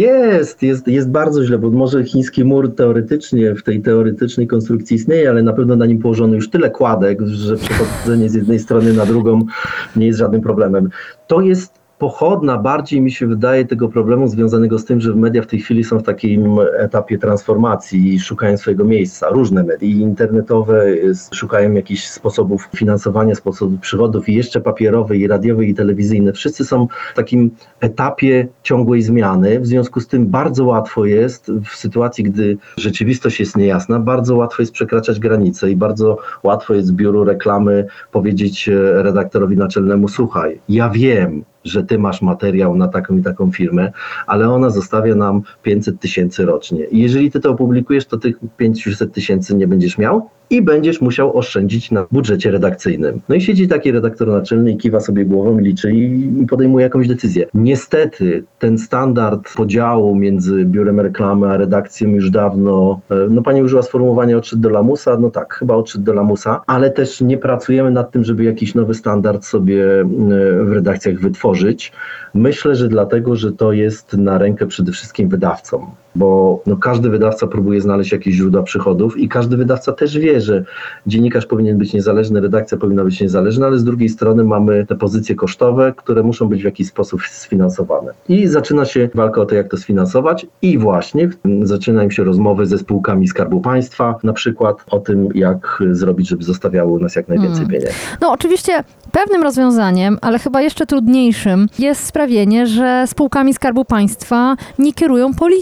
Jest bardzo źle, bo może chiński mur teoretycznie, w tej teoretycznej konstrukcji istnieje, ale na pewno na nim położono już tyle kładek, że przechodzenie z jednej strony na drugą nie jest żadnym problemem. To jest pochodna, bardziej mi się wydaje, tego problemu związanego z tym, że media w tej chwili są w takim etapie transformacji i szukają swojego miejsca. Różne media internetowe szukają jakichś sposobów finansowania, sposobów przychodów i jeszcze papierowe, i radiowe, i telewizyjne. Wszyscy są w takim etapie ciągłej zmiany. W związku z tym bardzo łatwo jest w sytuacji, gdy rzeczywistość jest niejasna, bardzo łatwo jest przekraczać granice i bardzo łatwo jest biuru reklamy powiedzieć redaktorowi naczelnemu: słuchaj, ja wiem, że ty masz materiał na taką i taką firmę, ale ona zostawia nam 500 000 rocznie. I jeżeli ty to opublikujesz, to tych 500 000 nie będziesz miał i będziesz musiał oszczędzić na budżecie redakcyjnym. No i siedzi taki redaktor naczelny i kiwa sobie głową i liczy i podejmuje jakąś decyzję. Niestety ten standard podziału między biurem reklamy a redakcją już dawno, no pani użyła sformułowania odszedł do lamusa, no tak, chyba odszedł do lamusa, ale też nie pracujemy nad tym, żeby jakiś nowy standard sobie w redakcjach wytworzyć. Myślę, że dlatego, że to jest na rękę przede wszystkim wydawcom, bo no, każdy wydawca próbuje znaleźć jakieś źródła przychodów i każdy wydawca też wie, że dziennikarz powinien być niezależny, redakcja powinna być niezależna, ale z drugiej strony mamy te pozycje kosztowe, które muszą być w jakiś sposób sfinansowane. I zaczyna się walka o to, jak to sfinansować i właśnie zaczynają się rozmowy ze spółkami Skarbu Państwa, na przykład o tym, jak zrobić, żeby zostawiały u nas jak najwięcej pieniędzy. No oczywiście pewnym rozwiązaniem, ale chyba jeszcze trudniejszym jest sprawienie, że spółkami Skarbu Państwa nie kierują politycy.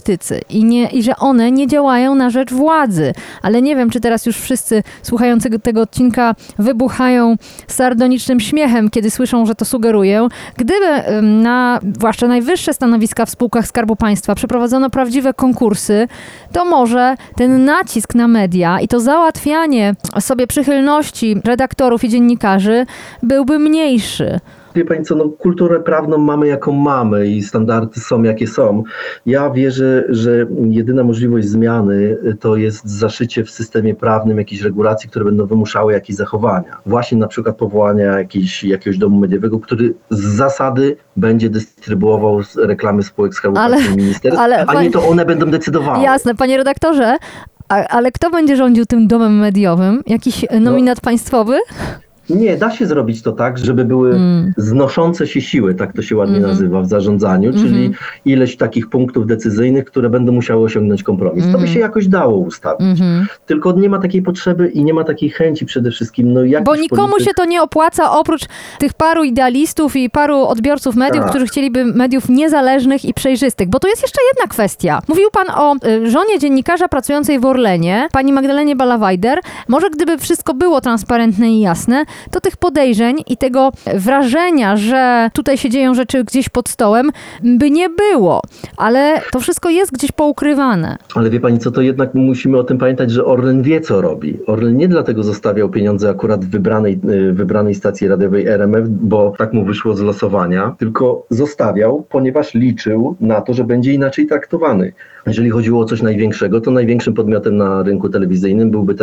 i że one nie działają na rzecz władzy. Ale nie wiem, czy teraz już wszyscy słuchający tego odcinka wybuchają sardonicznym śmiechem, kiedy słyszą, że to sugeruję. Gdyby na zwłaszcza najwyższe stanowiska w spółkach Skarbu Państwa przeprowadzono prawdziwe konkursy, to może ten nacisk na media i to załatwianie sobie przychylności redaktorów i dziennikarzy byłby mniejszy. Wie pani co, kulturę prawną mamy jaką mamy i standardy są jakie są. Ja wierzę, że jedyna możliwość zmiany to jest zaszycie w systemie prawnym jakichś regulacji, które będą wymuszały jakieś zachowania. Właśnie na przykład powołania jakiegoś domu mediowego, który z zasady będzie dystrybuował reklamy spółek Skarbu Państwa i ministerstw, a nie to one będą decydowały. Jasne, panie redaktorze, ale kto będzie rządził tym domem mediowym? Jakiś nominat państwowy? Nie, da się zrobić to tak, żeby były znoszące się siły, tak to się ładnie nazywa w zarządzaniu, czyli ileś takich punktów decyzyjnych, które będą musiały osiągnąć kompromis. To by się jakoś dało ustawić. Tylko nie ma takiej potrzeby i nie ma takiej chęci przede wszystkim. Bo nikomu się to nie opłaca, oprócz tych paru idealistów i paru odbiorców mediów, którzy chcieliby mediów niezależnych i przejrzystych. Bo tu jest jeszcze jedna kwestia. Mówił pan o żonie dziennikarza pracującej w Orlenie, pani Magdalenie Ballawajder. Może gdyby wszystko było transparentne i jasne, to tych podejrzeń i tego wrażenia, że tutaj się dzieją rzeczy gdzieś pod stołem, by nie było. Ale to wszystko jest gdzieś poukrywane. Ale wie pani co, to jednak musimy o tym pamiętać, że Orlen wie, co robi. Orlen nie dlatego zostawiał pieniądze akurat w wybranej stacji radiowej RMF, bo tak mu wyszło z losowania, tylko zostawiał, ponieważ liczył na to, że będzie inaczej traktowany. Jeżeli chodziło o coś największego, to największym podmiotem na rynku telewizyjnym byłby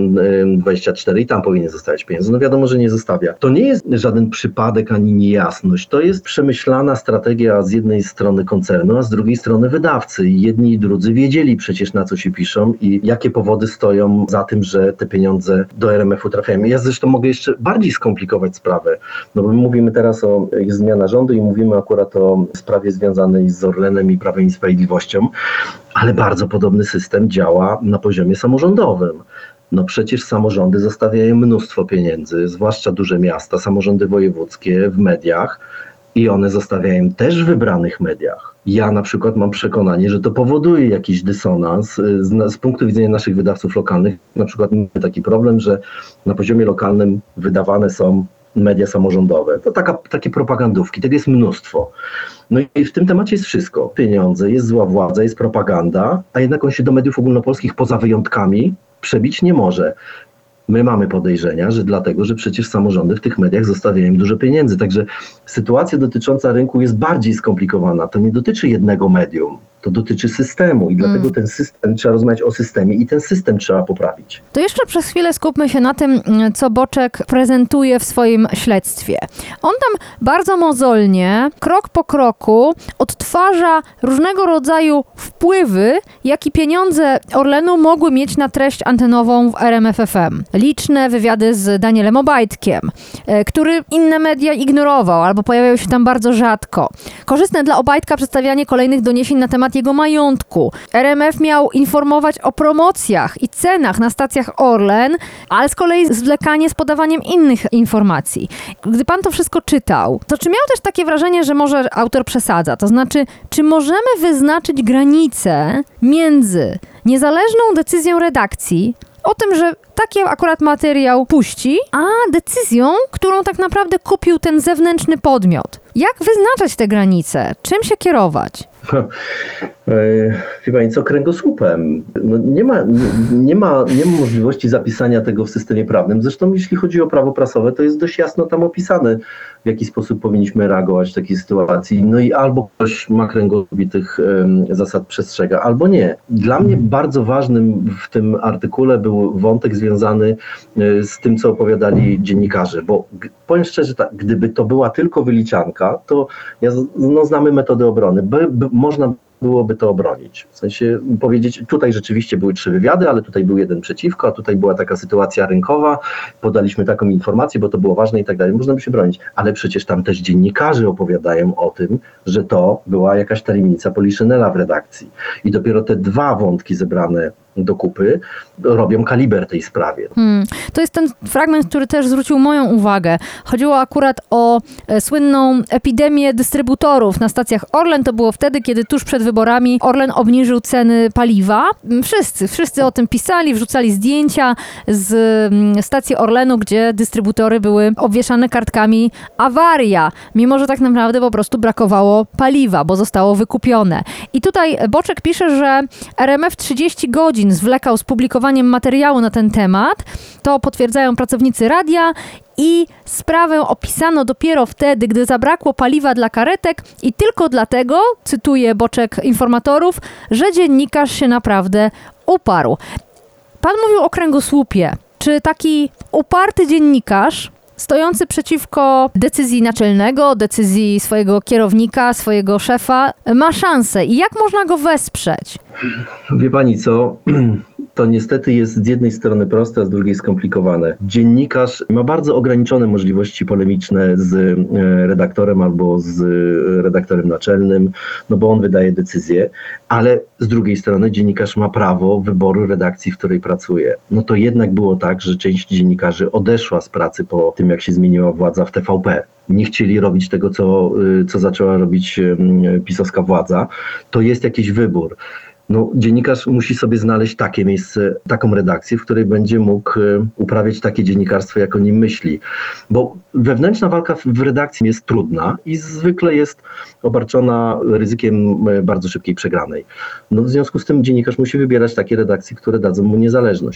TVN24 i tam powinien zostawiać pieniądze. Wiadomo, że nie zostawia. To nie jest żaden przypadek ani niejasność. To jest przemyślana strategia z jednej strony koncernu, a z drugiej strony wydawcy. I jedni i drudzy wiedzieli przecież, na co się piszą i jakie powody stoją za tym, że te pieniądze do RMF-u trafiają. Ja zresztą mogę jeszcze bardziej skomplikować sprawę. Bo my mówimy teraz jest zmiana rządu i mówimy akurat o sprawie związanej z Orlenem i Prawem i Sprawiedliwością. Ale bardzo podobny system działa na poziomie samorządowym. Przecież samorządy zostawiają mnóstwo pieniędzy, zwłaszcza duże miasta, samorządy wojewódzkie w mediach i one zostawiają też w wybranych mediach. Ja na przykład mam przekonanie, że to powoduje jakiś dysonans z punktu widzenia naszych wydawców lokalnych. Na przykład mamy taki problem, że na poziomie lokalnym wydawane są media samorządowe. To takie propagandówki, tego jest mnóstwo. I w tym temacie jest wszystko. Pieniądze, jest zła władza, jest propaganda, a jednak on się do mediów ogólnopolskich poza wyjątkami przebić nie może. My mamy podejrzenia, że dlatego, że przecież samorządy w tych mediach zostawiają dużo pieniędzy. Także sytuacja dotycząca rynku jest bardziej skomplikowana. To nie dotyczy jednego medium, to dotyczy systemu i dlatego ten system, trzeba rozmawiać o systemie i ten system trzeba poprawić. To jeszcze przez chwilę skupmy się na tym, co Boczek prezentuje w swoim śledztwie. On tam bardzo mozolnie, krok po kroku odtwarza różnego rodzaju wpływy, jakie pieniądze Orlenu mogły mieć na treść antenową w RMF FM. Liczne wywiady z Danielem Obajtkiem, który inne media ignorował albo pojawiały się tam bardzo rzadko. Korzystne dla Obajtka przedstawianie kolejnych doniesień na temat jego majątku. RMF miał informować o promocjach i cenach na stacjach Orlen, ale z kolei zwlekanie z podawaniem innych informacji. Gdy pan to wszystko czytał, to czy miał też takie wrażenie, że może autor przesadza? To znaczy, czy możemy wyznaczyć granicę między niezależną decyzją redakcji o tym, że taki akurat materiał puści, a decyzją, którą tak naprawdę kupił ten zewnętrzny podmiot? Jak wyznaczać te granice? Czym się kierować? Wie pani co, kręgosłupem. Nie ma możliwości zapisania tego w systemie prawnym. Zresztą jeśli chodzi o prawo prasowe, to jest dość jasno tam opisane, w jaki sposób powinniśmy reagować w takiej sytuacji. I albo ktoś ma kręgosłup i tych zasad przestrzega, albo nie. Dla mnie bardzo ważnym w tym artykule był wątek związany z tym, co opowiadali dziennikarze, bo powiem szczerze tak, gdyby to była tylko wyliczanka, to znamy metody obrony. Można byłoby to obronić. W sensie powiedzieć, tutaj rzeczywiście były 3 wywiady, ale tutaj był jeden przeciwko, a tutaj była taka sytuacja rynkowa, podaliśmy taką informację, bo to było ważne i tak dalej. Można by się bronić, ale przecież tam też dziennikarze opowiadają o tym, że to była jakaś tajemnica Poliszynela w redakcji. I dopiero te 2 wątki zebrane do kupy, robią kaliber tej sprawie. To jest ten fragment, który też zwrócił moją uwagę. Chodziło akurat o słynną epidemię dystrybutorów na stacjach Orlen. To było wtedy, kiedy tuż przed wyborami Orlen obniżył ceny paliwa. Wszyscy o tym pisali, wrzucali zdjęcia z stacji Orlenu, gdzie dystrybutory były obwieszane kartkami awaria, mimo że tak naprawdę po prostu brakowało paliwa, bo zostało wykupione. I tutaj Boczek pisze, że RMF 30 godzin zwlekał z publikowaniem materiału na ten temat. To potwierdzają pracownicy radia i sprawę opisano dopiero wtedy, gdy zabrakło paliwa dla karetek i tylko dlatego, cytuję Boczek informatorów, że dziennikarz się naprawdę uparł. Pan mówił o kręgosłupie. Czy taki uparty dziennikarz stojący przeciwko decyzji naczelnego, decyzji swojego kierownika, swojego szefa, ma szansę i jak można go wesprzeć? Wie pani co? To niestety jest z jednej strony proste, a z drugiej skomplikowane. Dziennikarz ma bardzo ograniczone możliwości polemiczne z redaktorem albo z redaktorem naczelnym, no bo on wydaje decyzje, ale z drugiej strony dziennikarz ma prawo wyboru redakcji, w której pracuje. No to jednak było tak, że część dziennikarzy odeszła z pracy po tym, jak się zmieniła władza w TVP. Nie chcieli robić tego, co zaczęła robić pisowska władza. To jest jakiś wybór. No, dziennikarz musi sobie znaleźć takie miejsce, taką redakcję, w której będzie mógł uprawiać takie dziennikarstwo, jak o nim myśli. Bo wewnętrzna walka w redakcji jest trudna i zwykle jest obarczona ryzykiem bardzo szybkiej przegranej. No, w związku z tym dziennikarz musi wybierać takie redakcje, które dadzą mu niezależność.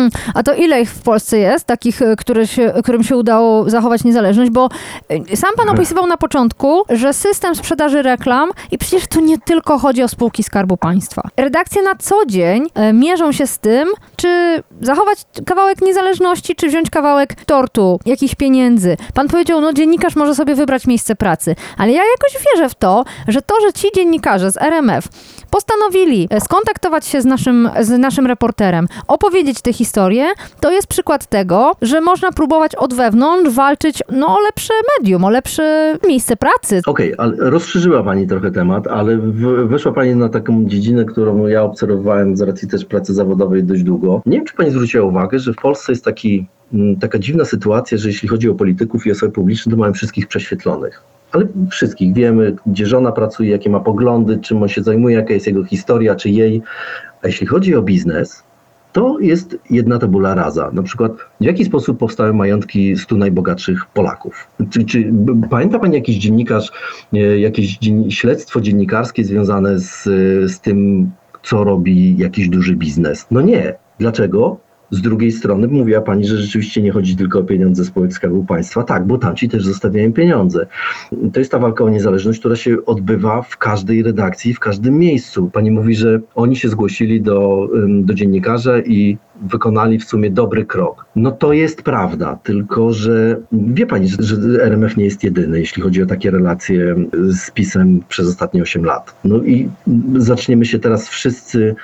A to ile ich w Polsce jest, takich, którym się udało zachować niezależność? Bo sam pan opisywał na początku, że system sprzedaży reklam i przecież to nie tylko chodzi o spółki Skarbu Państwa. Redakcje na co dzień mierzą się z tym, czy zachować kawałek niezależności, czy wziąć kawałek tortu, jakichś pieniędzy. Pan powiedział, no dziennikarz może sobie wybrać miejsce pracy, ale ja jakoś wierzę w to, że ci dziennikarze z RMF postanowili skontaktować się z naszym reporterem, opowiedzieć tę historię, to jest przykład tego, że można próbować od wewnątrz walczyć o lepsze medium, o lepsze miejsce pracy. Okej, ale rozszerzyła pani trochę temat, ale weszła pani na taką dziedzinę, którą ja obserwowałem z racji też pracy zawodowej dość długo. Nie wiem, czy pani zwróciła uwagę, że w Polsce jest taka dziwna sytuacja, że jeśli chodzi o polityków i osoby publiczne, to mamy wszystkich prześwietlonych. Ale wszystkich. Wiemy, gdzie żona pracuje, jakie ma poglądy, czym on się zajmuje, jaka jest jego historia, czy jej. A jeśli chodzi o biznes, to jest jedna tabula rasa. Na przykład, w jaki sposób powstały majątki 100 najbogatszych Polaków? Czy pamięta pani jakiś dziennikarz, jakieś śledztwo dziennikarskie związane z tym, co robi jakiś duży biznes? No nie. Dlaczego? Z drugiej strony mówiła pani, że rzeczywiście nie chodzi tylko o pieniądze spółek Skarbu Państwa. Tak, bo tamci też zostawiają pieniądze. To jest ta walka o niezależność, która się odbywa w każdej redakcji, w każdym miejscu. Pani mówi, że oni się zgłosili do dziennikarza i wykonali w sumie dobry krok. No to jest prawda, tylko że wie pani, że RMF nie jest jedyny, jeśli chodzi o takie relacje z PiS-em przez ostatnie 8 lat. No i zaczniemy się teraz wszyscy,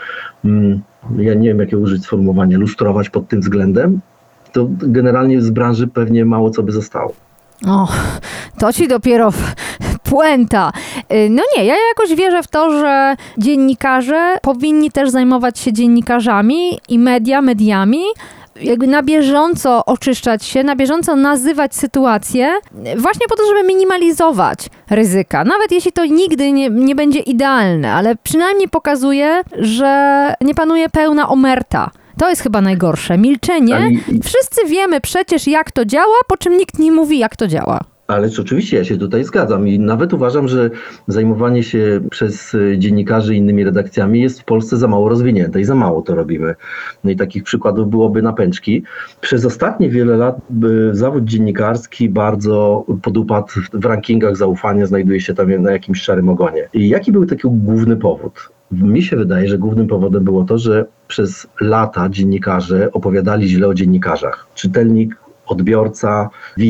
ja nie wiem jakie użyć sformułowania, lustrować pod tym względem, to generalnie z branży pewnie mało co by zostało. O, to ci dopiero puenta. No nie, ja jakoś wierzę w to, że dziennikarze powinni też zajmować się dziennikarzami i mediami, jakby na bieżąco oczyszczać się, na bieżąco nazywać sytuację, właśnie po to, żeby minimalizować ryzyka. Nawet jeśli to nigdy nie będzie idealne, ale przynajmniej pokazuje, że nie panuje pełna omerta. To jest chyba najgorsze. Milczenie. Wszyscy wiemy przecież, jak to działa, po czym nikt nie mówi, jak to działa. Ale oczywiście ja się tutaj zgadzam i nawet uważam, że zajmowanie się przez dziennikarzy innymi redakcjami jest w Polsce za mało rozwinięte i za mało to robimy. No i takich przykładów byłoby na pęczki. Przez ostatnie wiele lat zawód dziennikarski bardzo podupadł w rankingach zaufania, znajduje się tam na jakimś szarym ogonie. I jaki był taki główny powód? Mi się wydaje, że głównym powodem było to, że przez lata dziennikarze opowiadali źle o dziennikarzach. Czytelnik, odbiorca, widz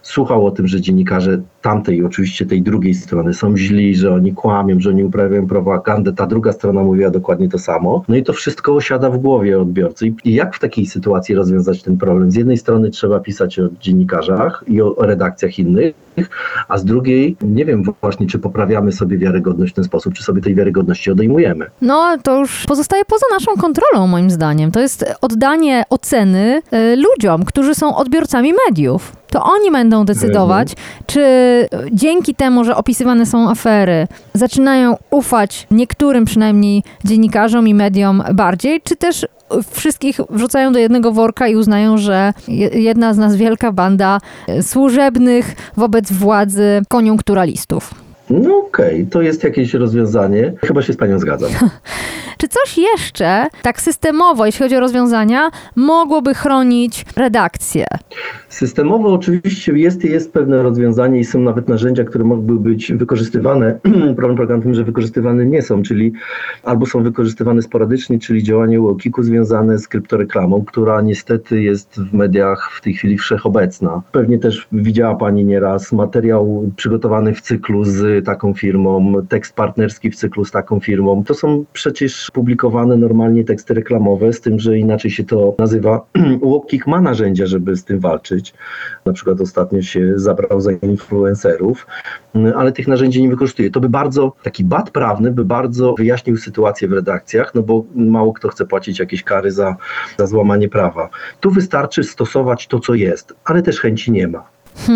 słuchał o tym, że dziennikarze tamtej, oczywiście tej drugiej strony są źli, że oni kłamią, że oni uprawiają propagandę, ta druga strona mówiła dokładnie to samo. No i to wszystko osiada w głowie odbiorcy. I jak w takiej sytuacji rozwiązać ten problem? Z jednej strony trzeba pisać o dziennikarzach i o redakcjach innych, a z drugiej nie wiem właśnie, czy poprawiamy sobie wiarygodność w ten sposób, czy sobie tej wiarygodności odejmujemy. No, to już pozostaje poza naszą kontrolą, moim zdaniem. To jest oddanie oceny ludziom, którzy są odbiorcami mediów. To oni będą decydować, czy dzięki temu, że opisywane są afery, zaczynają ufać niektórym przynajmniej dziennikarzom i mediom bardziej, czy też wszystkich wrzucają do jednego worka i uznają, że jedna z nas wielka banda służebnych wobec władzy koniunkturalistów. No okej, to jest jakieś rozwiązanie. Chyba się z panią zgadzam. Czy coś jeszcze, tak systemowo, jeśli chodzi o rozwiązania, mogłoby chronić redakcję? Systemowo oczywiście jest pewne rozwiązanie i są nawet narzędzia, które mogłyby być wykorzystywane. Problem polega na tym, że wykorzystywane nie są, czyli albo są wykorzystywane sporadycznie, czyli działanie UOKiK-u związane z kryptoreklamą, która niestety jest w mediach w tej chwili wszechobecna. Pewnie też widziała pani nieraz materiał przygotowany w cyklu z taką firmą, tekst partnerski w cyklu z taką firmą. To są przecież publikowane normalnie teksty reklamowe, z tym, że inaczej się to nazywa. UOKiK ma narzędzia, żeby z tym walczyć. Na przykład ostatnio się zabrał za influencerów, ale tych narzędzi nie wykorzystuje. To by taki bat prawny by bardzo wyjaśnił sytuację w redakcjach, no bo mało kto chce płacić jakieś kary za złamanie prawa. Tu wystarczy stosować to, co jest, ale też chęci nie ma.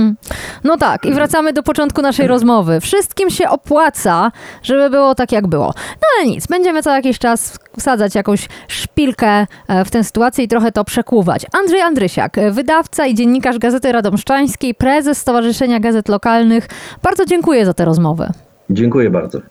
No tak, i wracamy do początku naszej rozmowy. Wszystkim się opłaca, żeby było tak, jak było. No ale nic, będziemy co jakiś czas wsadzać jakąś szpilkę w tę sytuację i trochę to przekłuwać. Andrzej Andrysiak, wydawca i dziennikarz Gazety Radomszczańskiej, prezes Stowarzyszenia Gazet Lokalnych. Bardzo dziękuję za tę rozmowę. Dziękuję bardzo.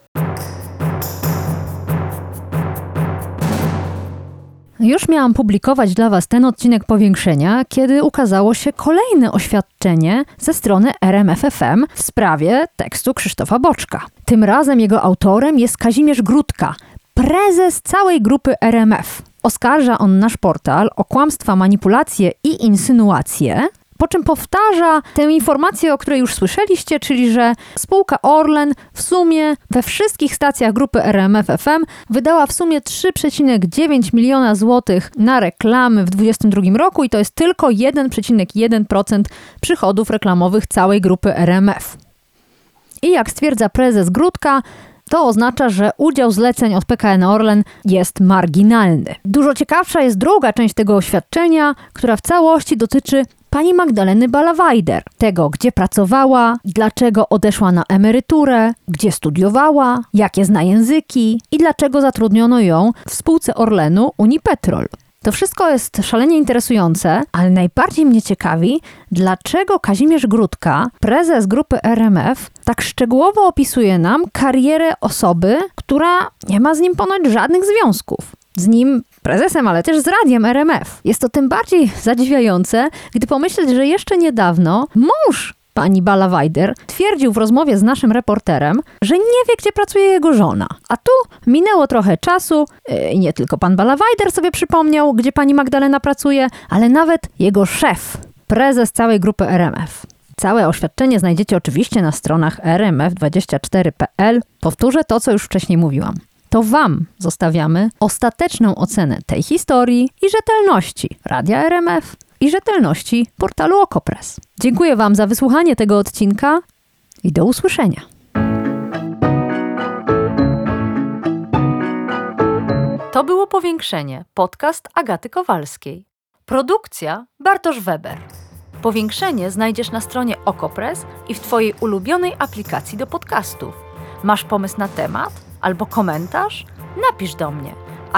Już miałam publikować dla Was ten odcinek Powiększenia, kiedy ukazało się kolejne oświadczenie ze strony RMFFM w sprawie tekstu Krzysztofa Boczka. Tym razem jego autorem jest Kazimierz Grudka, prezes całej grupy RMF. Oskarża on nasz portal o kłamstwa, manipulacje i insynuacje, po czym powtarza tę informację, o której już słyszeliście, czyli że spółka Orlen w sumie we wszystkich stacjach grupy RMFFM wydała w sumie 3,9 miliona złotych na reklamy w 2022 roku i to jest tylko 1,1% przychodów reklamowych całej grupy RMF. I jak stwierdza prezes Grudka, to oznacza, że udział zleceń od PKN Orlen jest marginalny. Dużo ciekawsza jest druga część tego oświadczenia, która w całości dotyczy pani Magdaleny Ballawajder, tego, gdzie pracowała, dlaczego odeszła na emeryturę, gdzie studiowała, jakie zna języki i dlaczego zatrudniono ją w spółce Orlenu Unipetrol. To wszystko jest szalenie interesujące, ale najbardziej mnie ciekawi, dlaczego Kazimierz Grudka, prezes grupy RMF, tak szczegółowo opisuje nam karierę osoby, która nie ma z nim ponoć żadnych związków. Z nim prezesem, ale też z radiem RMF. Jest to tym bardziej zadziwiające, gdy pomyśleć, że jeszcze niedawno mąż pani Ballawajder twierdził w rozmowie z naszym reporterem, że nie wie, gdzie pracuje jego żona. A tu minęło trochę czasu i nie tylko pan Ballawajder sobie przypomniał, gdzie pani Magdalena pracuje, ale nawet jego szef, prezes całej grupy RMF. Całe oświadczenie znajdziecie oczywiście na stronach rmf24.pl. Powtórzę to, co już wcześniej mówiłam. To Wam zostawiamy ostateczną ocenę tej historii i rzetelności Radia RMF i rzetelności portalu Okopres. Dziękuję Wam za wysłuchanie tego odcinka i do usłyszenia. To było Powiększenie, podcast Agaty Kowalskiej. Produkcja Bartosz Weber. Powiększenie znajdziesz na stronie Okopres i w Twojej ulubionej aplikacji do podcastów. Masz pomysł na temat albo komentarz? Napisz do mnie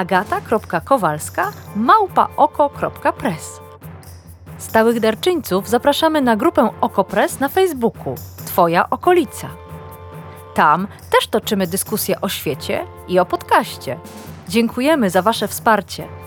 agata.kowalska@oko.press. Stałych darczyńców zapraszamy na grupę Okopres na Facebooku Twoja okolica. Tam też toczymy dyskusje o świecie i o podcaście. Dziękujemy za Wasze wsparcie.